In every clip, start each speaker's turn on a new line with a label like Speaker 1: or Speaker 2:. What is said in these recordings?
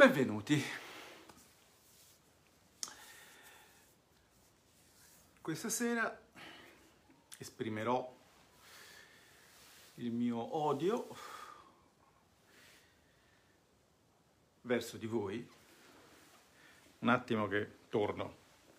Speaker 1: Benvenuti. Questa sera esprimerò il mio odio verso di voi. Un attimo che torno.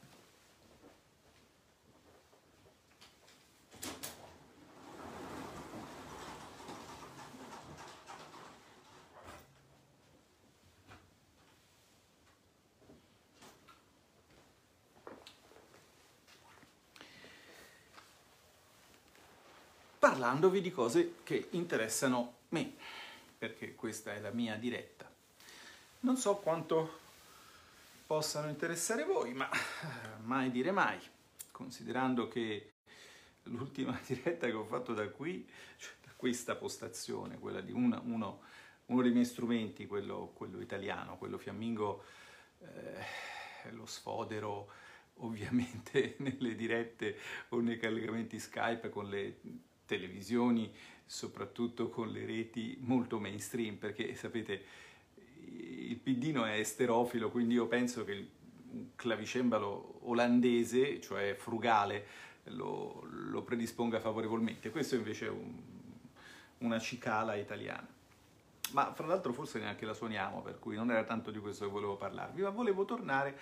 Speaker 1: Parlandovi di cose che interessano me, perché questa è la mia diretta. Non so quanto possano interessare voi, ma mai dire mai, considerando che l'ultima diretta che ho fatto da qui, cioè da questa postazione, quella di uno dei miei strumenti, quello italiano, quello fiammingo, lo sfodero ovviamente nelle dirette o nei collegamenti Skype con le televisioni, soprattutto con le reti molto mainstream, perché sapete il piddino è esterofilo, quindi io penso che un clavicembalo olandese, cioè frugale, lo predisponga favorevolmente. Questo invece è una cicala italiana. Ma fra l'altro forse neanche la suoniamo, per cui non era tanto di questo che volevo parlarvi, ma volevo tornare,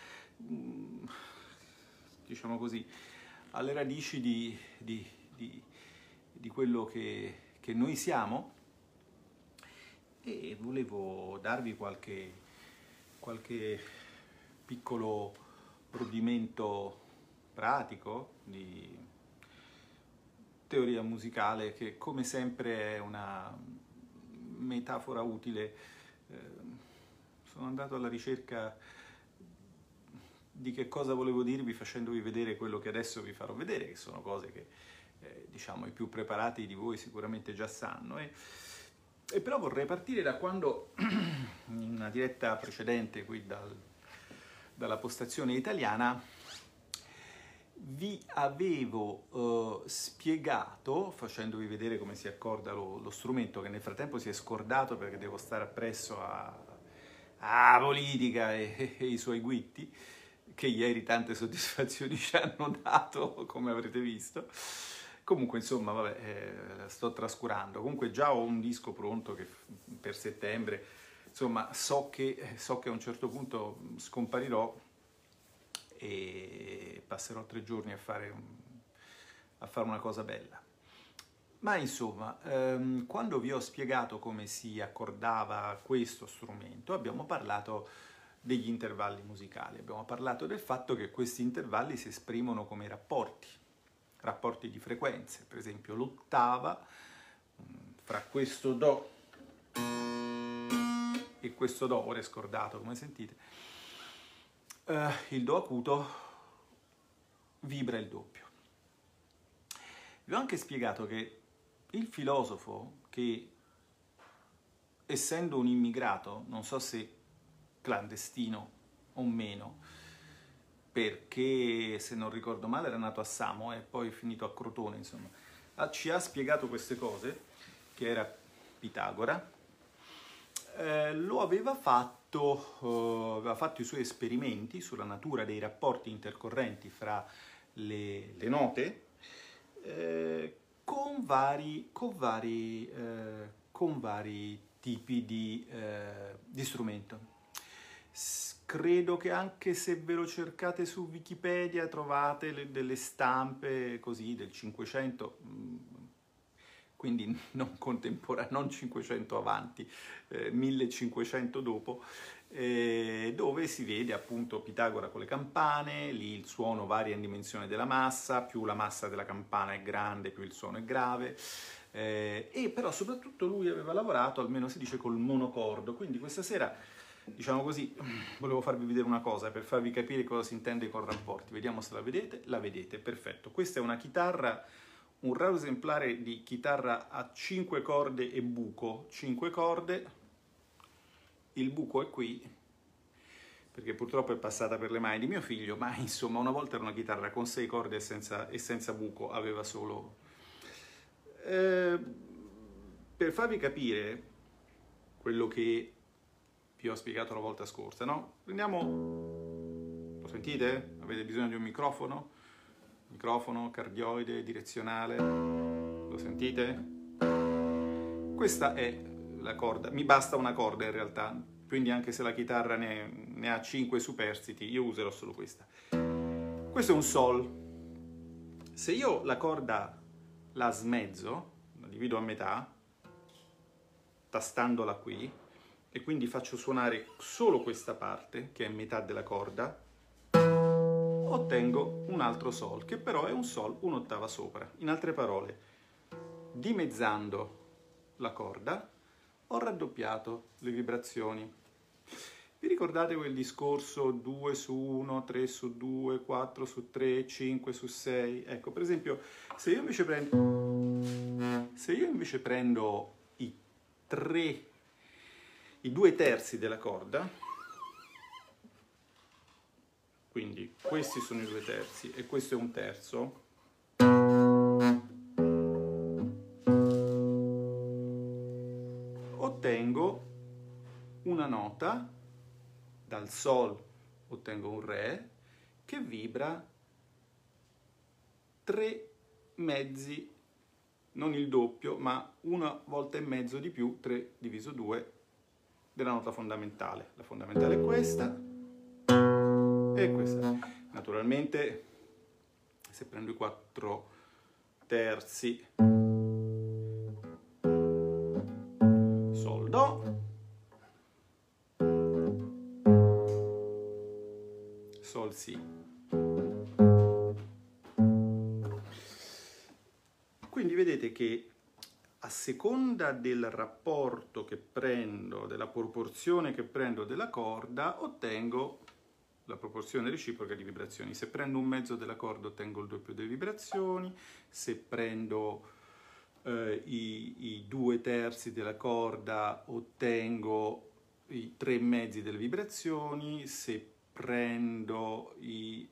Speaker 1: diciamo così, alle radici di quello che noi siamo, e volevo darvi qualche piccolo rudimento pratico di teoria musicale, che come sempre è una metafora utile. Sono andato alla ricerca di che cosa volevo dirvi facendovi vedere quello che adesso vi farò vedere, che sono cose che diciamo i più preparati di voi sicuramente già sanno, e però vorrei partire da quando in una diretta precedente qui dalla postazione italiana vi avevo spiegato, facendovi vedere come si accorda lo strumento, che nel frattempo si è scordato perché devo stare appresso a politica e i suoi guitti, che ieri tante soddisfazioni ci hanno dato, come avrete visto. Comunque, insomma, vabbè, sto trascurando. Comunque già ho un disco pronto che per settembre, insomma, so che a un certo punto scomparirò e passerò 3 giorni a fare una cosa bella. Ma insomma, quando vi ho spiegato come si accordava questo strumento, abbiamo parlato degli intervalli musicali, abbiamo parlato del fatto che questi intervalli si esprimono come rapporti di frequenze. Per esempio l'ottava fra questo Do e questo Do, ora è scordato come sentite, il Do acuto vibra il doppio. Vi ho anche spiegato che il filosofo, che essendo un immigrato, non so se clandestino o meno, perché se non ricordo male era nato a Samo e poi finito a Crotone, insomma, ci ha spiegato queste cose, che era Pitagora. Lo aveva fatto i suoi esperimenti sulla natura dei rapporti intercorrenti fra le note con vari tipi di strumento. Credo che anche se ve lo cercate su Wikipedia trovate delle stampe così del 500, quindi non contemporaneo, non 500 avanti, 1500 dopo, dove si vede appunto Pitagora con le campane, lì il suono varia in dimensione della massa, più la massa della campana è grande, più il suono è grave, e però soprattutto lui aveva lavorato, almeno si dice, col monocordo, quindi questa sera, diciamo così, volevo farvi vedere una cosa per farvi capire cosa si intende con rapporti. Vediamo se la vedete. La vedete, perfetto. Questa è una chitarra, un raro esemplare di chitarra a 5 corde e buco. 5 corde, il buco è qui, perché purtroppo è passata per le mani di mio figlio, ma insomma una volta era una chitarra con 6 corde e senza buco, aveva solo... Per farvi capire quello che vi ho spiegato la volta scorsa, no? Prendiamo, lo sentite? Avete bisogno di un microfono? Microfono, cardioide, direzionale, lo sentite? Questa è la corda, mi basta una corda in realtà, quindi anche se la chitarra ne ha 5 superstiti, io userò solo questa. Questo è un Sol. Se io la corda la smezzo, la divido a metà, tastandola qui, e quindi faccio suonare solo questa parte, che è metà della corda, ottengo un altro Sol, che però è un Sol un'ottava sopra. In altre parole, dimezzando la corda, ho raddoppiato le vibrazioni. Vi ricordate quel discorso 2 su 1, 3 su 2, 4 su 3, 5 su 6? Ecco, per esempio, se io invece prendo i 2 terzi della corda, quindi questi sono i 2 terzi e questo è un terzo, ottengo una nota, dal Sol ottengo un Re, che vibra 3 mezzi, non il doppio, ma una volta e mezzo di più, 3 diviso 2, della nota fondamentale. La fondamentale è questa e questa. Naturalmente, se prendo i 4 terzi, Sol, Do, Sol, Si. Quindi vedete che a seconda del rapporto che prendo, della proporzione che prendo della corda, ottengo la proporzione reciproca di vibrazioni. Se prendo un mezzo della corda ottengo il doppio delle vibrazioni, se prendo i 2 terzi della corda ottengo i 3 mezzi delle vibrazioni, se prendo i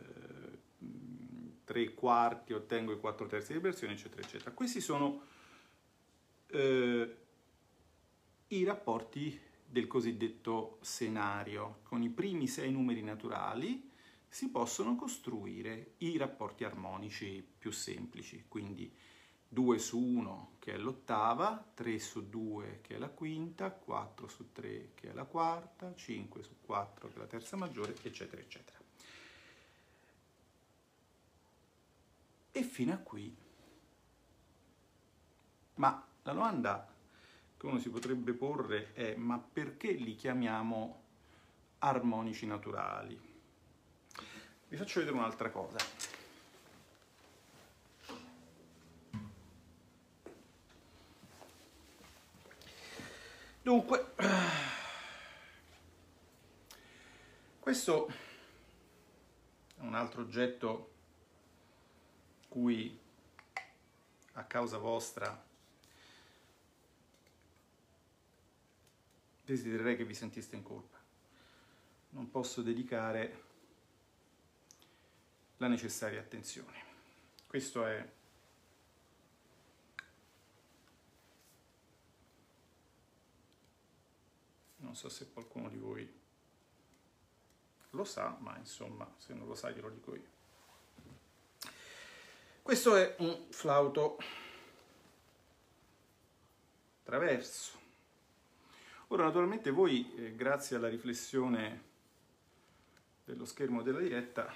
Speaker 1: 3 quarti ottengo i 4 terzi di vibrazioni, eccetera, eccetera. Questi sono i rapporti del cosiddetto senario. Con i primi 6 numeri naturali si possono costruire i rapporti armonici più semplici, quindi 2 su 1 che è l'ottava, 3 su 2 che è la quinta, 4 su 3 che è la quarta, 5 su 4 che è la terza maggiore, eccetera, eccetera. E fino a qui. Ma la domanda che uno si potrebbe porre è: ma perché li chiamiamo armonici naturali? Vi faccio vedere un'altra cosa. Dunque, questo è un altro oggetto cui, a causa vostra, desidererei che vi sentiste in colpa. Non posso dedicare la necessaria attenzione. Questo è non so se qualcuno di voi lo sa, ma insomma, se non lo sa glielo dico io. Questo è un flauto traverso. Ora, naturalmente voi, grazie alla riflessione dello schermo della diretta,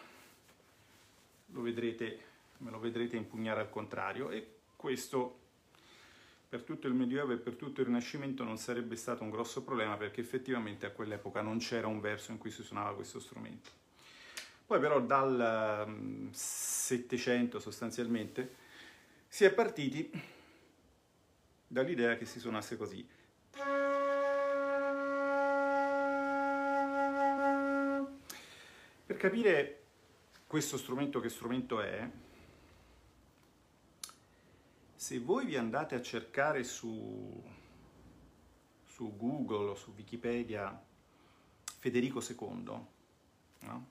Speaker 1: me lo vedrete impugnare al contrario, e questo per tutto il Medioevo e per tutto il Rinascimento non sarebbe stato un grosso problema, perché effettivamente a quell'epoca non c'era un verso in cui si suonava questo strumento. Poi però dal 700 sostanzialmente si è partiti dall'idea che si suonasse così. Per capire questo strumento che strumento è, se voi vi andate a cercare su Google o su Wikipedia Federico II, no?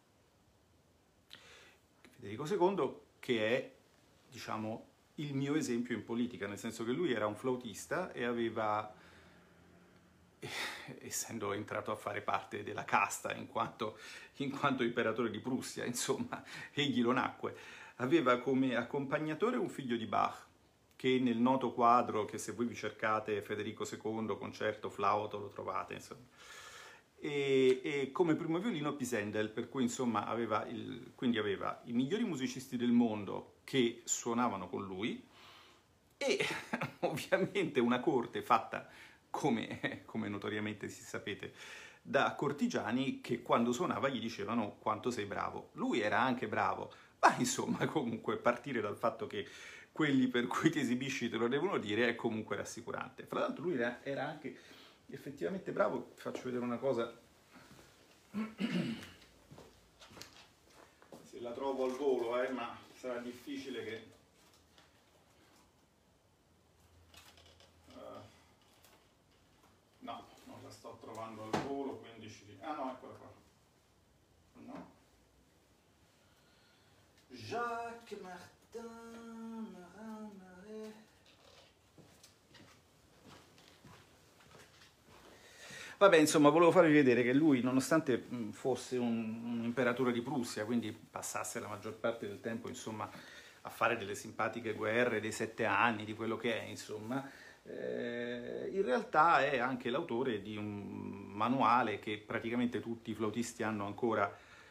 Speaker 1: Federico II, che è, diciamo, il mio esempio in politica, nel senso che lui era un flautista e essendo entrato a fare parte della casta in quanto imperatore di Prussia, insomma, egli lo nacque. Aveva come accompagnatore un figlio di Bach, che nel noto quadro, che se voi vi cercate Federico II, concerto flauto, lo trovate, insomma. E come primo violino Pisendel, per cui insomma quindi aveva i migliori musicisti del mondo che suonavano con lui e ovviamente una corte fatta, come notoriamente si sapete, da cortigiani che quando suonava gli dicevano quanto sei bravo. Lui era anche bravo, ma insomma comunque partire dal fatto che quelli per cui ti esibisci te lo devono dire è comunque rassicurante. Fra l'altro lui era anche effettivamente bravo. Vi faccio vedere una cosa, se la trovo al volo, ma sarà difficile che... no, non la sto trovando al volo, quindi ah no, eccola qua. No. Jacques Martin Marais. Vabbè, insomma, volevo farvi vedere che lui, nonostante fosse un imperatore di Prussia, quindi passasse la maggior parte del tempo, insomma, a fare delle simpatiche guerre dei 7 anni, di quello che è, insomma, in realtà è anche l'autore di un manuale che praticamente tutti i flautisti hanno ancora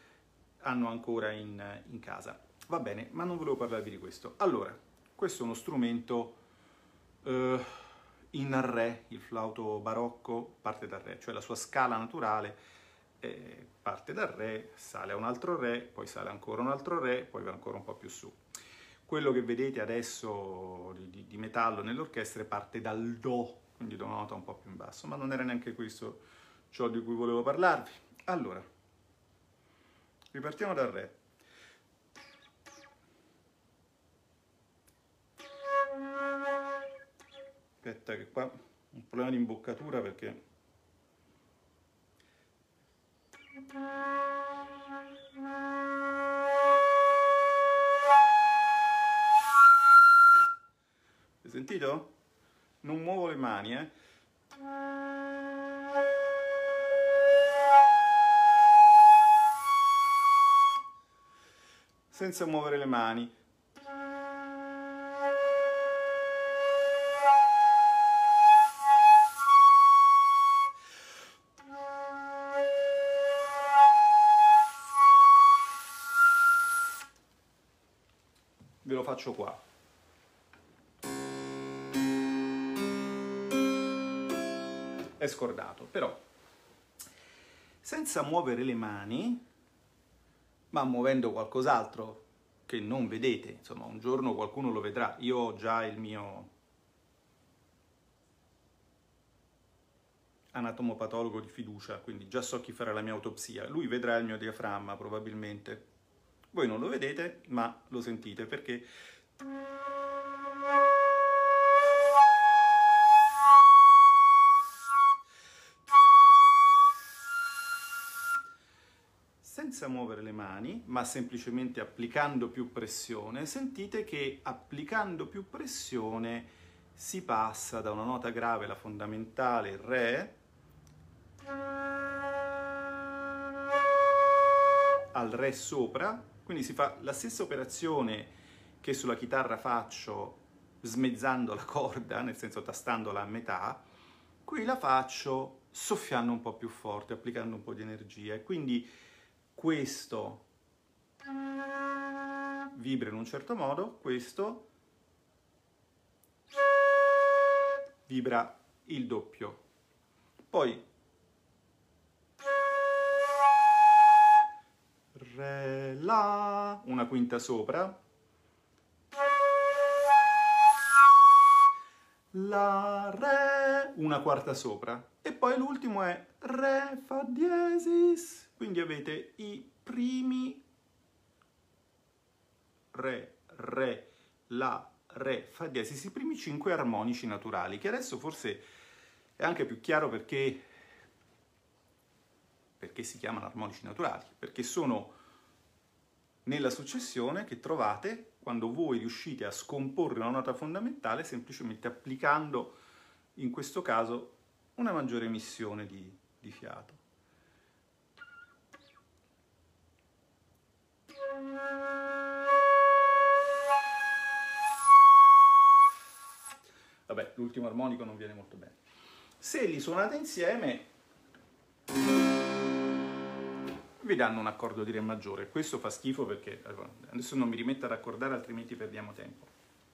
Speaker 1: in casa. Va bene, ma non volevo parlarvi di questo. Allora, questo è uno strumento in re, il flauto barocco parte dal re, cioè la sua scala naturale parte dal re, sale a un altro re, poi sale ancora un altro re, poi va ancora un po' più su. Quello che vedete adesso di metallo nell'orchestra parte dal do, quindi da una nota un po' più in basso, ma non era neanche questo ciò di cui volevo parlarvi. Allora, ripartiamo dal re. Aspetta che qua ho un problema di imboccatura perché... Hai sentito? Non muovo le mani, senza muovere le mani. Ve lo faccio qua. È scordato, però senza muovere le mani, ma muovendo qualcos'altro che non vedete, insomma un giorno qualcuno lo vedrà. Io ho già il mio anatomopatologo di fiducia, quindi già so chi farà la mia autopsia. Lui vedrà il mio diaframma probabilmente. Voi non lo vedete, ma lo sentite perché... senza muovere le mani, ma semplicemente applicando più pressione, sentite che applicando più pressione si passa da una nota grave, la fondamentale, il re, al re sopra, quindi si fa la stessa operazione che sulla chitarra faccio smezzando la corda, nel senso tastandola a metà, qui la faccio soffiando un po' più forte, applicando un po' di energia, e quindi questo vibra in un certo modo, questo vibra il doppio. Poi re, la, una quinta sopra, la, re, una quarta sopra, e poi l'ultimo è re, fa diesis. Quindi avete i primi re, re, la, re, fa diesis, i primi 5 armonici naturali, che adesso forse è anche più chiaro perché si chiamano armonici naturali, perché sono nella successione che trovate quando voi riuscite a scomporre una nota fondamentale semplicemente applicando, in questo caso, una maggiore emissione di fiato. Vabbè, l'ultimo armonico non viene molto bene. Se li suonate insieme vi danno un accordo di Re maggiore. Questo fa schifo perché adesso non mi rimetto ad accordare, altrimenti perdiamo tempo.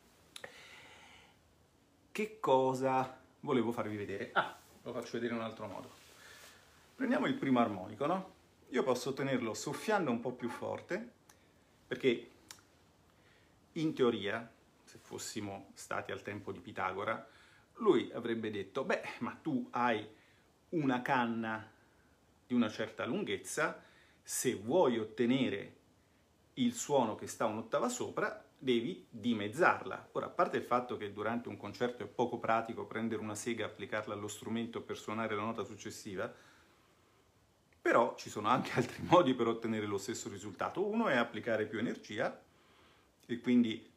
Speaker 1: Che cosa volevo farvi vedere? Lo faccio vedere in un altro modo. Prendiamo il primo armonico, no? Io posso tenerlo soffiando un po' più forte, perché in teoria, se fossimo stati al tempo di Pitagora, lui avrebbe detto, beh, ma tu hai una canna di una certa lunghezza, se vuoi ottenere il suono che sta un'ottava sopra, devi dimezzarla. Ora, a parte il fatto che durante un concerto è poco pratico prendere una sega e applicarla allo strumento per suonare la nota successiva, però ci sono anche altri modi per ottenere lo stesso risultato. Uno è applicare più energia, e quindi...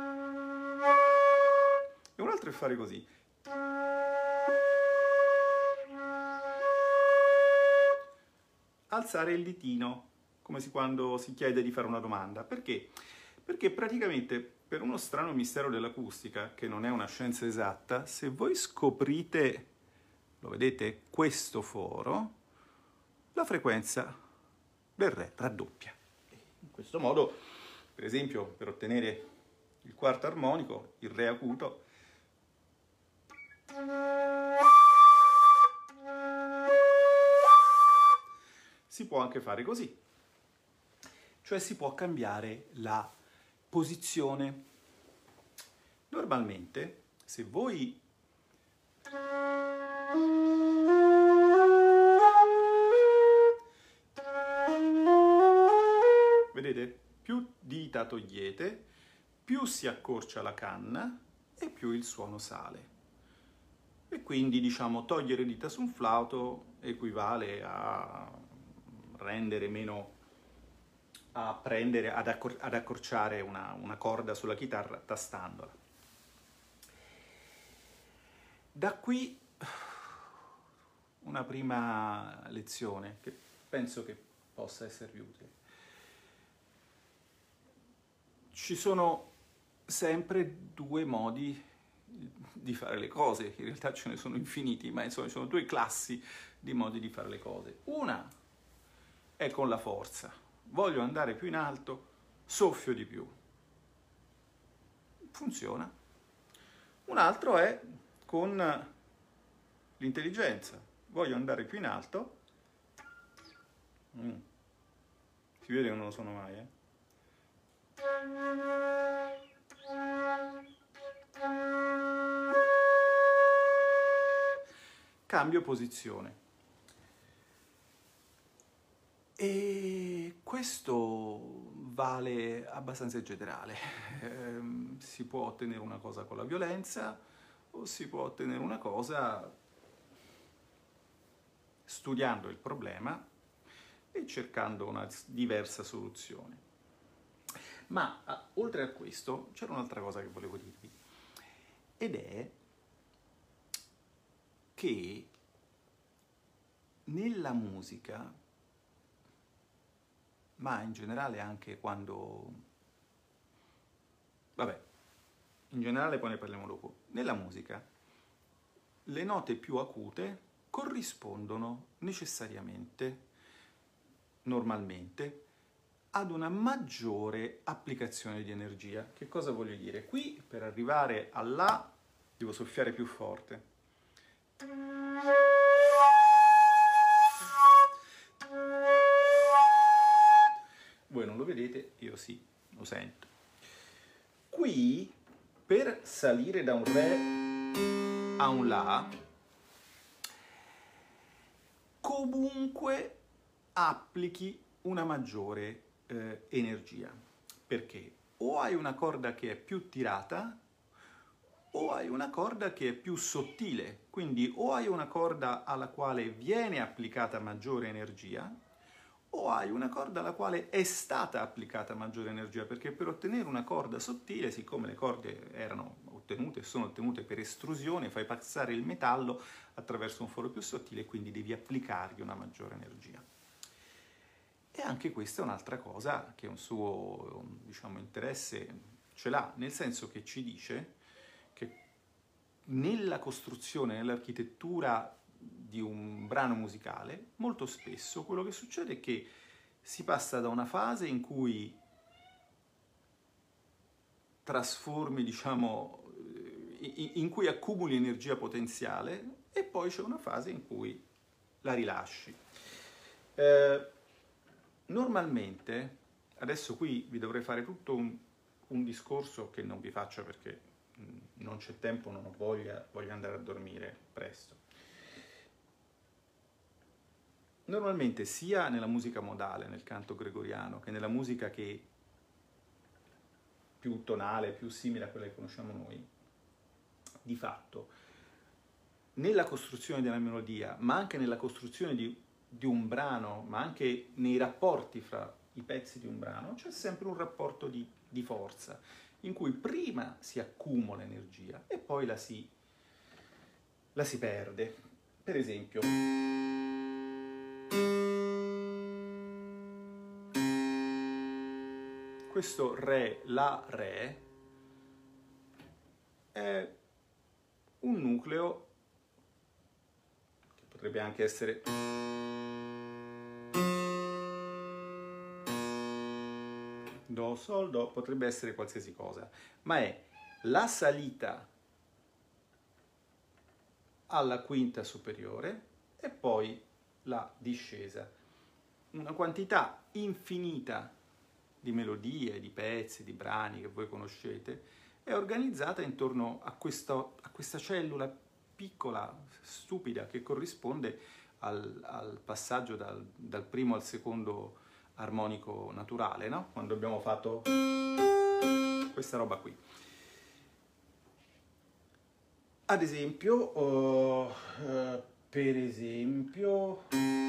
Speaker 1: e un altro è fare così. Alzare il ditino, come quando si chiede di fare una domanda. Perché? Perché praticamente, per uno strano mistero dell'acustica, che non è una scienza esatta, se voi scoprite, lo vedete, questo foro, la frequenza del Re raddoppia. In questo modo, per esempio, per ottenere il quarto armonico, il Re acuto, si può anche fare così. Cioè si può cambiare la posizione. Normalmente, se voi vedete, più dita togliete, più si accorcia la canna e più il suono sale. E quindi, diciamo, togliere dita su un flauto equivale a rendere meno, a prendere, ad accorciare una corda sulla chitarra tastandola. Da qui una prima lezione che penso che possa esservi utile. Ci sono sempre due modi di fare le cose, in realtà ce ne sono infiniti, ma insomma ci sono due classi di modi di fare le cose. Una è con la forza, voglio andare più in alto, soffio di più. Funziona. Un altro è con l'intelligenza, voglio andare più in alto. Si vede che non lo sono mai, Cambio posizione. E questo vale abbastanza in generale. Si può ottenere una cosa con la violenza o si può ottenere una cosa studiando il problema e cercando una diversa soluzione. Ma oltre a questo c'era un'altra cosa che volevo dirvi, ed è che nella musica, ma in generale anche quando... vabbè, in generale poi ne parliamo dopo. Nella musica le note più acute corrispondono necessariamente, normalmente, ad una maggiore applicazione di energia. Che cosa voglio dire? Qui, per arrivare a La, devo soffiare più forte. Voi non lo vedete, io sì, lo sento. Qui, per salire da un Re a un La, comunque applichi una maggiore energia. Perché? O hai una corda che è più tirata, o hai una corda che è più sottile. Quindi o hai una corda alla quale viene applicata maggiore energia, o hai una corda alla quale è stata applicata maggiore energia, perché per ottenere una corda sottile, siccome le corde erano ottenute e sono ottenute per estrusione, fai passare il metallo attraverso un foro più sottile e quindi devi applicargli una maggiore energia. E anche questa è un'altra cosa che un suo, diciamo, interesse ce l'ha, nel senso che ci dice che nella costruzione, nell'architettura di un brano musicale, molto spesso quello che succede è che si passa da una fase in cui trasformi, diciamo, in cui accumuli energia potenziale, e poi c'è una fase in cui la rilasci. Normalmente, adesso qui vi dovrei fare tutto un discorso che non vi faccio perché non c'è tempo, non ho voglia, voglio andare a dormire presto. Normalmente sia nella musica modale, nel canto gregoriano, che nella musica che più tonale, più simile a quella che conosciamo noi, di fatto, nella costruzione della melodia, ma anche nella costruzione di un brano, ma anche nei rapporti fra i pezzi di un brano, c'è sempre un rapporto di forza, in cui prima si accumula energia e poi la si perde. Per esempio, questo Re, La, Re è un nucleo che potrebbe anche essere Do, Sol, Do, potrebbe essere qualsiasi cosa, ma è la salita alla quinta superiore e poi la discesa. Una quantità infinita di melodie, di pezzi, di brani che voi conoscete è organizzata intorno a questa cellula piccola, stupida, che corrisponde al passaggio dal primo al secondo armonico naturale, no? Quando abbiamo fatto questa roba qui. Ad esempio, per esempio,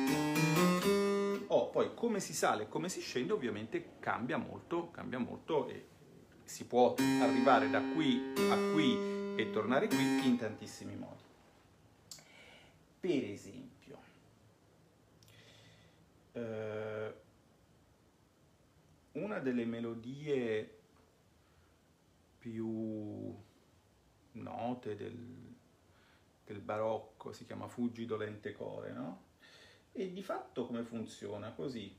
Speaker 1: poi come si sale e come si scende ovviamente cambia molto e si può arrivare da qui a qui e tornare qui in tantissimi modi. Per esempio, una delle melodie più note del barocco si chiama Fuggi dolente core, no? E di fatto come funziona? Così.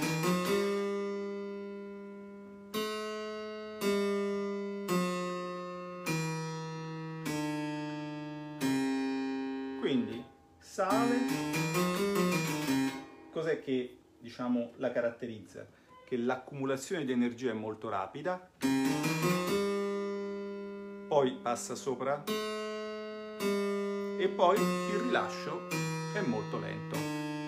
Speaker 1: Quindi sale, cos'è che, diciamo, la caratterizza? Che l'accumulazione di energia è molto rapida, poi passa sopra e poi il rilascio è molto lento.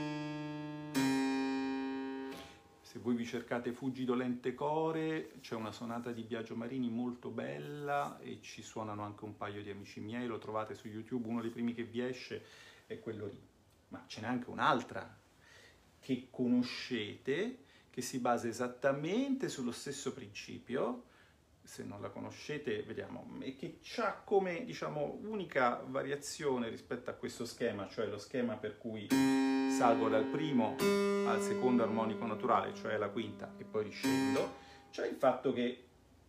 Speaker 1: Se voi vi cercate Fuggi dolente core, c'è una sonata di Biagio Marini molto bella e ci suonano anche un paio di amici miei, lo trovate su YouTube, uno dei primi che vi esce è quello lì. Ma ce n'è anche un'altra che conoscete, che si basa esattamente sullo stesso principio, se non la conoscete vediamo, e che ha come, diciamo, unica variazione rispetto a questo schema, cioè lo schema per cui salgo dal primo al secondo armonico naturale, cioè la quinta, e poi riscendo, cioè il fatto che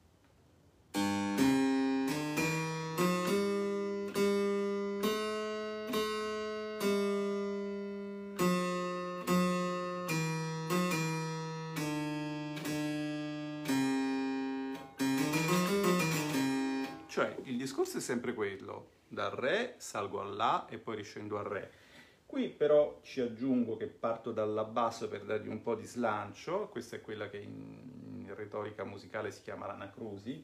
Speaker 1: il discorso è sempre quello, dal Re salgo al La e poi riscendo al Re. Qui però ci aggiungo che parto dalla basso per dargli un po' di slancio, questa è quella che in retorica musicale si chiama l'anacrusi.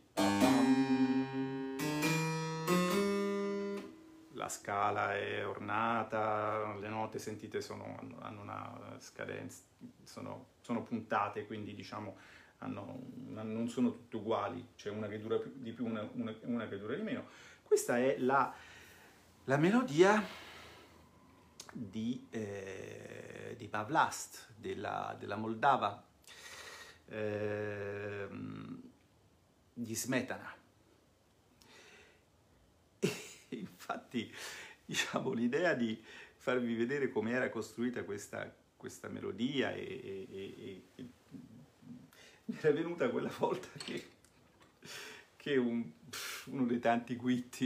Speaker 1: La scala è ornata, le note sentite hanno una scadenza, sono puntate, quindi diciamo non sono tutte uguali, c'è una che dura di più, una che dura di meno. Questa è la melodia di Pavlast, della Moldava, di Smetana. E infatti, diciamo, l'idea di farvi vedere come era costruita questa melodia e mi era venuta quella volta che uno dei tanti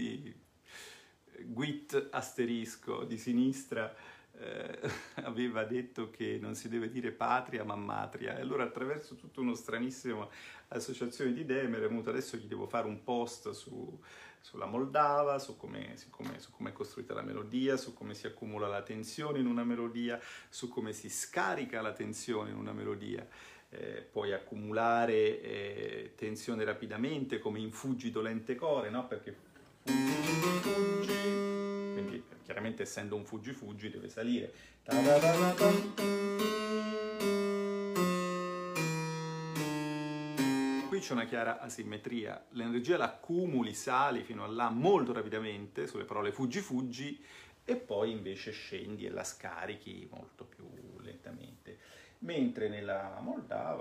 Speaker 1: Guit asterisco di sinistra aveva detto che non si deve dire patria ma matria, e allora attraverso tutta una stranissima associazione di idee mi era venuto, adesso gli devo fare un post sulla Moldava, su come è costruita la melodia, su come si accumula la tensione in una melodia, su come si scarica la tensione in una melodia. Puoi accumulare tensione rapidamente come in fuggi dolente core, no? Perché fuggi, quindi chiaramente essendo un fuggi deve salire. Qui c'è una chiara asimmetria, l'energia la accumuli, sali fino a là molto rapidamente sulle parole fuggi e poi invece scendi e la scarichi molto più lentamente. Mentre nella Moldava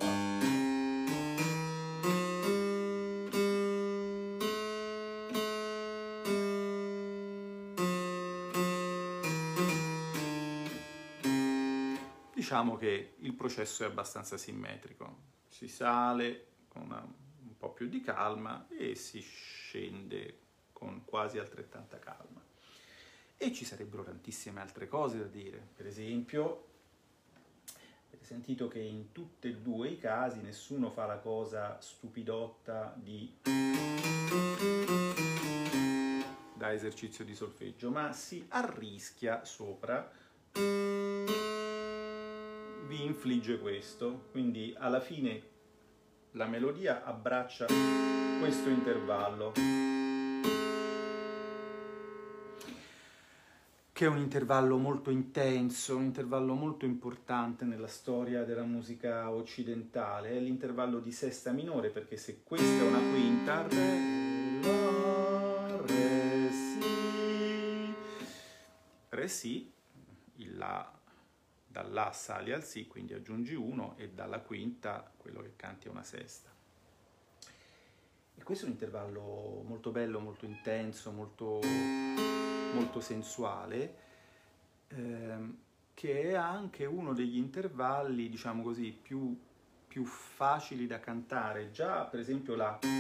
Speaker 1: diciamo che il processo è abbastanza simmetrico, si sale con un po' più di calma e si scende con quasi altrettanta calma. E ci sarebbero tantissime altre cose da dire, per esempio avete sentito che in tutti e due i casi nessuno fa la cosa stupidotta da esercizio di solfeggio, ma si arrischia sopra, vi infligge questo, quindi alla fine la melodia abbraccia questo intervallo, che è un intervallo molto intenso, un intervallo molto importante nella storia della musica occidentale, è l'intervallo di sesta minore, perché se questa è una quinta, re, la, re, si, il la, dal la sali al si, quindi aggiungi 1 e dalla quinta quello che canti è una sesta. E questo è un intervallo molto bello, molto intenso, molto sensuale, che è anche uno degli intervalli, diciamo così, più facili da cantare. Già, per esempio,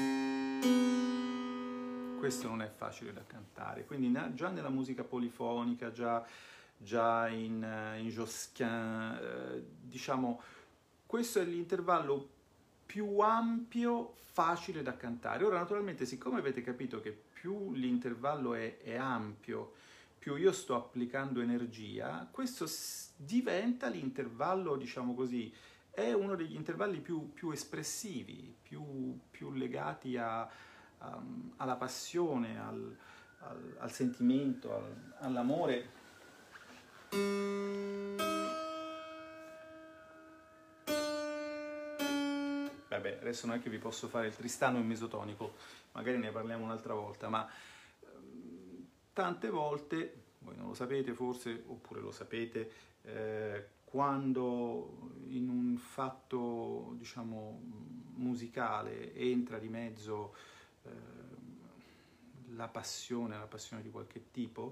Speaker 1: questo non è facile da cantare, quindi già nella musica polifonica, già in Josquin, diciamo, questo è l'intervallo più ampio, facile da cantare. Ora, naturalmente, siccome avete capito che più l'intervallo è ampio, più io sto applicando energia, questo diventa l'intervallo, diciamo così, è uno degli intervalli più espressivi, più legati alla passione, al sentimento, all'amore. Vabbè, adesso non è che vi posso fare il Tristano in mesotonico, magari ne parliamo un'altra volta, ma tante volte, voi non lo sapete forse, oppure lo sapete, quando in un fatto, diciamo, musicale entra di mezzo la passione di qualche tipo,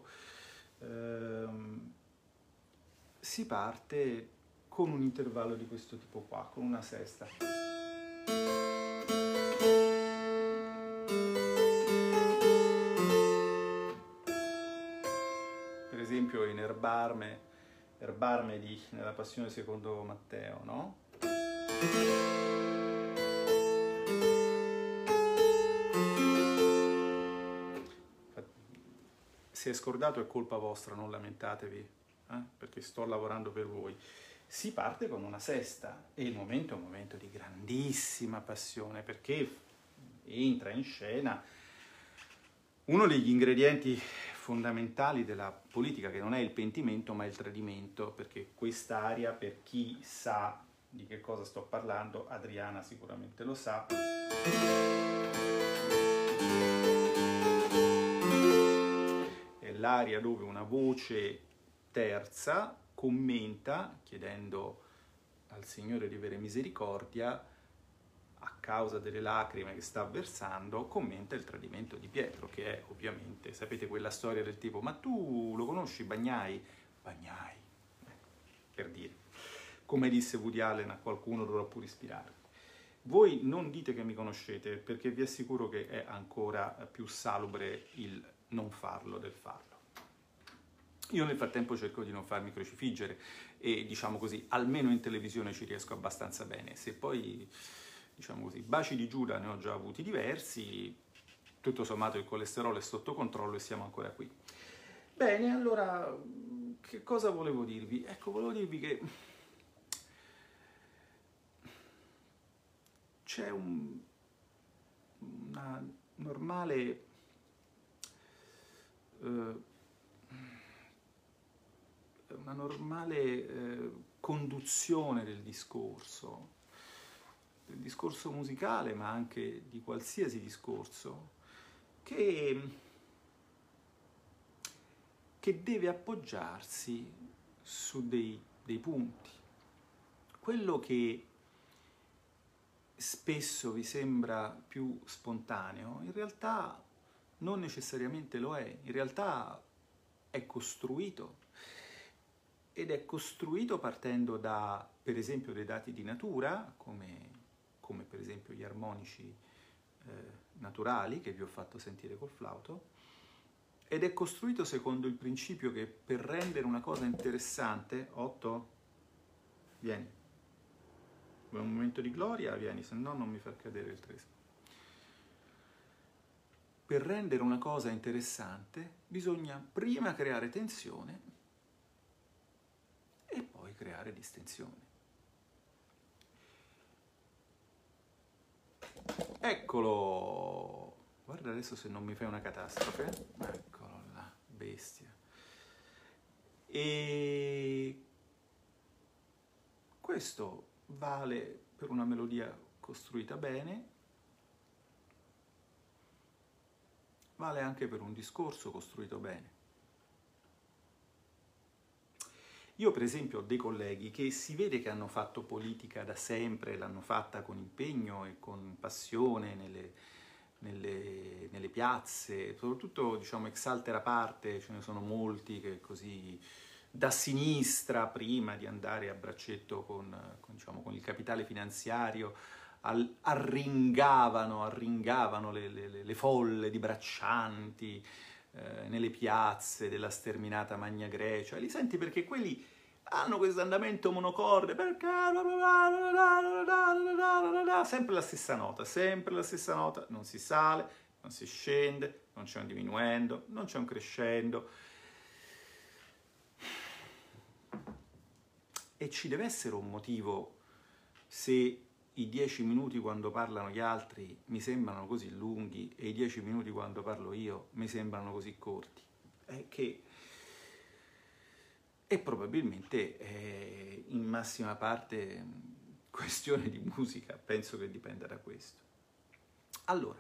Speaker 1: si parte con un intervallo di questo tipo qua, con una sesta. Per esempio in Erbarme nella Passione secondo Matteo, no? Se è scordato è colpa vostra, non lamentatevi, perché sto lavorando per voi. Si parte con una sesta e il momento è un momento di grandissima passione, perché entra in scena uno degli ingredienti fondamentali della politica, che non è il pentimento ma il tradimento, perché quest'aria, per chi sa di che cosa sto parlando, Adriana sicuramente lo sa, è l'aria dove una voce terza commenta, chiedendo al Signore di avere misericordia, a causa delle lacrime che sta versando, commenta il tradimento di Pietro, che è ovviamente, sapete quella storia del tipo, ma tu lo conosci Bagnai? Bagnai, per dire. Come disse Woody Allen a qualcuno, dovrò pure ispirare. Voi non dite che mi conoscete, perché vi assicuro che è ancora più salubre il non farlo del farlo. Io nel frattempo cerco di non farmi crocifiggere e, diciamo così, almeno in televisione ci riesco abbastanza bene. Se poi, diciamo così, baci di Giuda ne ho già avuti diversi, tutto sommato il colesterolo è sotto controllo e siamo ancora qui. Bene, allora, che cosa volevo dirvi? Ecco, volevo dirvi che c'è una normale conduzione del discorso musicale, ma anche di qualsiasi discorso, che deve appoggiarsi su dei punti. Quello che spesso vi sembra più spontaneo, in realtà non necessariamente lo è, in realtà è costruito, ed è costruito partendo da, per esempio, dei dati di natura, come per esempio gli armonici naturali che vi ho fatto sentire col flauto, ed è costruito secondo il principio che per rendere una cosa interessante, Otto, vieni, vuoi un momento di gloria? Vieni, se no non mi fa cadere il tresco. Per rendere una cosa interessante bisogna prima creare tensione e poi creare distensione. Eccolo! Guarda adesso se non mi fai una catastrofe. Eccolo là, bestia. E questo vale per una melodia costruita bene, vale anche per un discorso costruito bene. Io per esempio ho dei colleghi che si vede che hanno fatto politica da sempre, l'hanno fatta con impegno e con passione nelle piazze, soprattutto diciamo ex altera parte, ce ne sono molti che così da sinistra, prima di andare a braccetto con il capitale finanziario, arringavano le folle di braccianti nelle piazze della sterminata Magna Grecia. Li senti perché quelli hanno questo andamento monocorde, perché sempre la stessa nota, non si sale, non si scende, non c'è un diminuendo, non c'è un crescendo. E ci deve essere un motivo se i 10 minuti quando parlano gli altri mi sembrano così lunghi e i 10 minuti quando parlo io mi sembrano così corti. E probabilmente è in massima parte questione di musica, penso che dipenda da questo. Allora,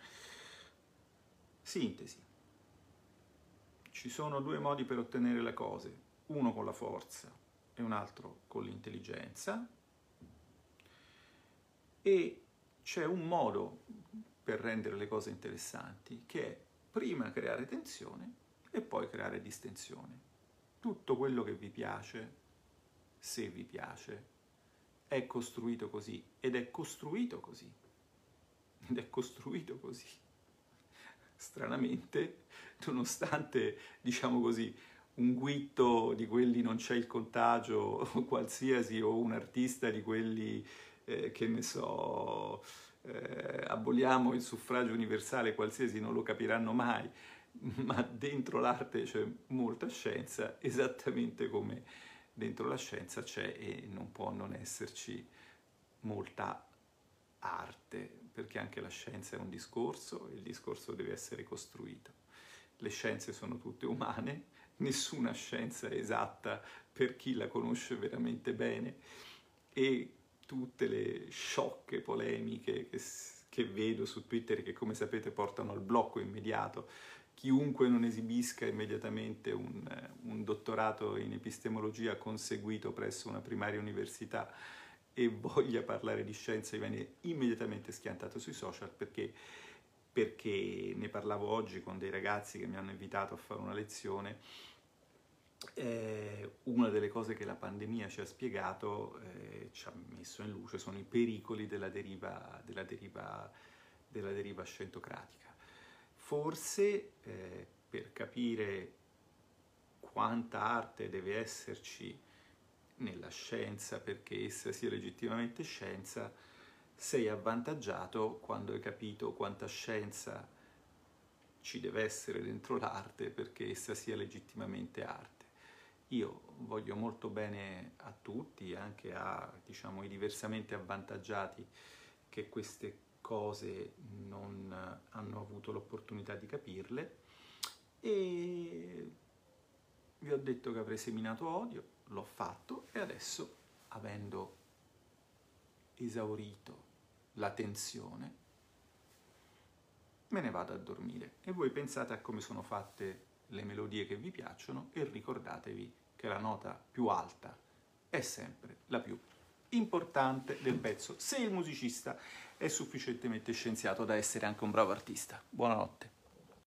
Speaker 1: sintesi. Ci sono due modi per ottenere le cose, uno con la forza e un altro con l'intelligenza, e c'è un modo per rendere le cose interessanti, che è prima creare tensione e poi creare distensione. Tutto quello che vi piace, se vi piace, è costruito così, ed è costruito così, stranamente, nonostante, diciamo così, un guitto di quelli non c'è il contagio qualsiasi, o un artista di quelli che ne so, aboliamo il suffragio universale qualsiasi, non lo capiranno mai, ma dentro l'arte c'è molta scienza, esattamente come dentro la scienza c'è e non può non esserci molta arte, perché anche la scienza è un discorso e il discorso deve essere costruito. Le scienze sono tutte umane, nessuna scienza è esatta per chi la conosce veramente bene, e tutte le sciocche polemiche che vedo su Twitter, che come sapete portano al blocco immediato chiunque non esibisca immediatamente un dottorato in epistemologia conseguito presso una primaria università e voglia parlare di scienza viene immediatamente schiantato sui social, perché ne parlavo oggi con dei ragazzi che mi hanno invitato a fare una lezione. Una delle cose che la pandemia ci ha spiegato, ci ha messo in luce, sono i pericoli della deriva scientocratica. Forse per capire quanta arte deve esserci nella scienza perché essa sia legittimamente scienza, sei avvantaggiato quando hai capito quanta scienza ci deve essere dentro l'arte perché essa sia legittimamente arte. Io voglio molto bene a tutti, anche diciamo, i diversamente avvantaggiati che queste cose non hanno avuto l'opportunità di capirle, e vi ho detto che avrei seminato odio, l'ho fatto, e adesso, avendo esaurito la tensione, me ne vado a dormire e voi pensate a come sono fatte le melodie che vi piacciono e ricordatevi che la nota più alta è sempre la più importante del pezzo, se il musicista è sufficientemente scienziato da essere anche un bravo artista. Buonanotte.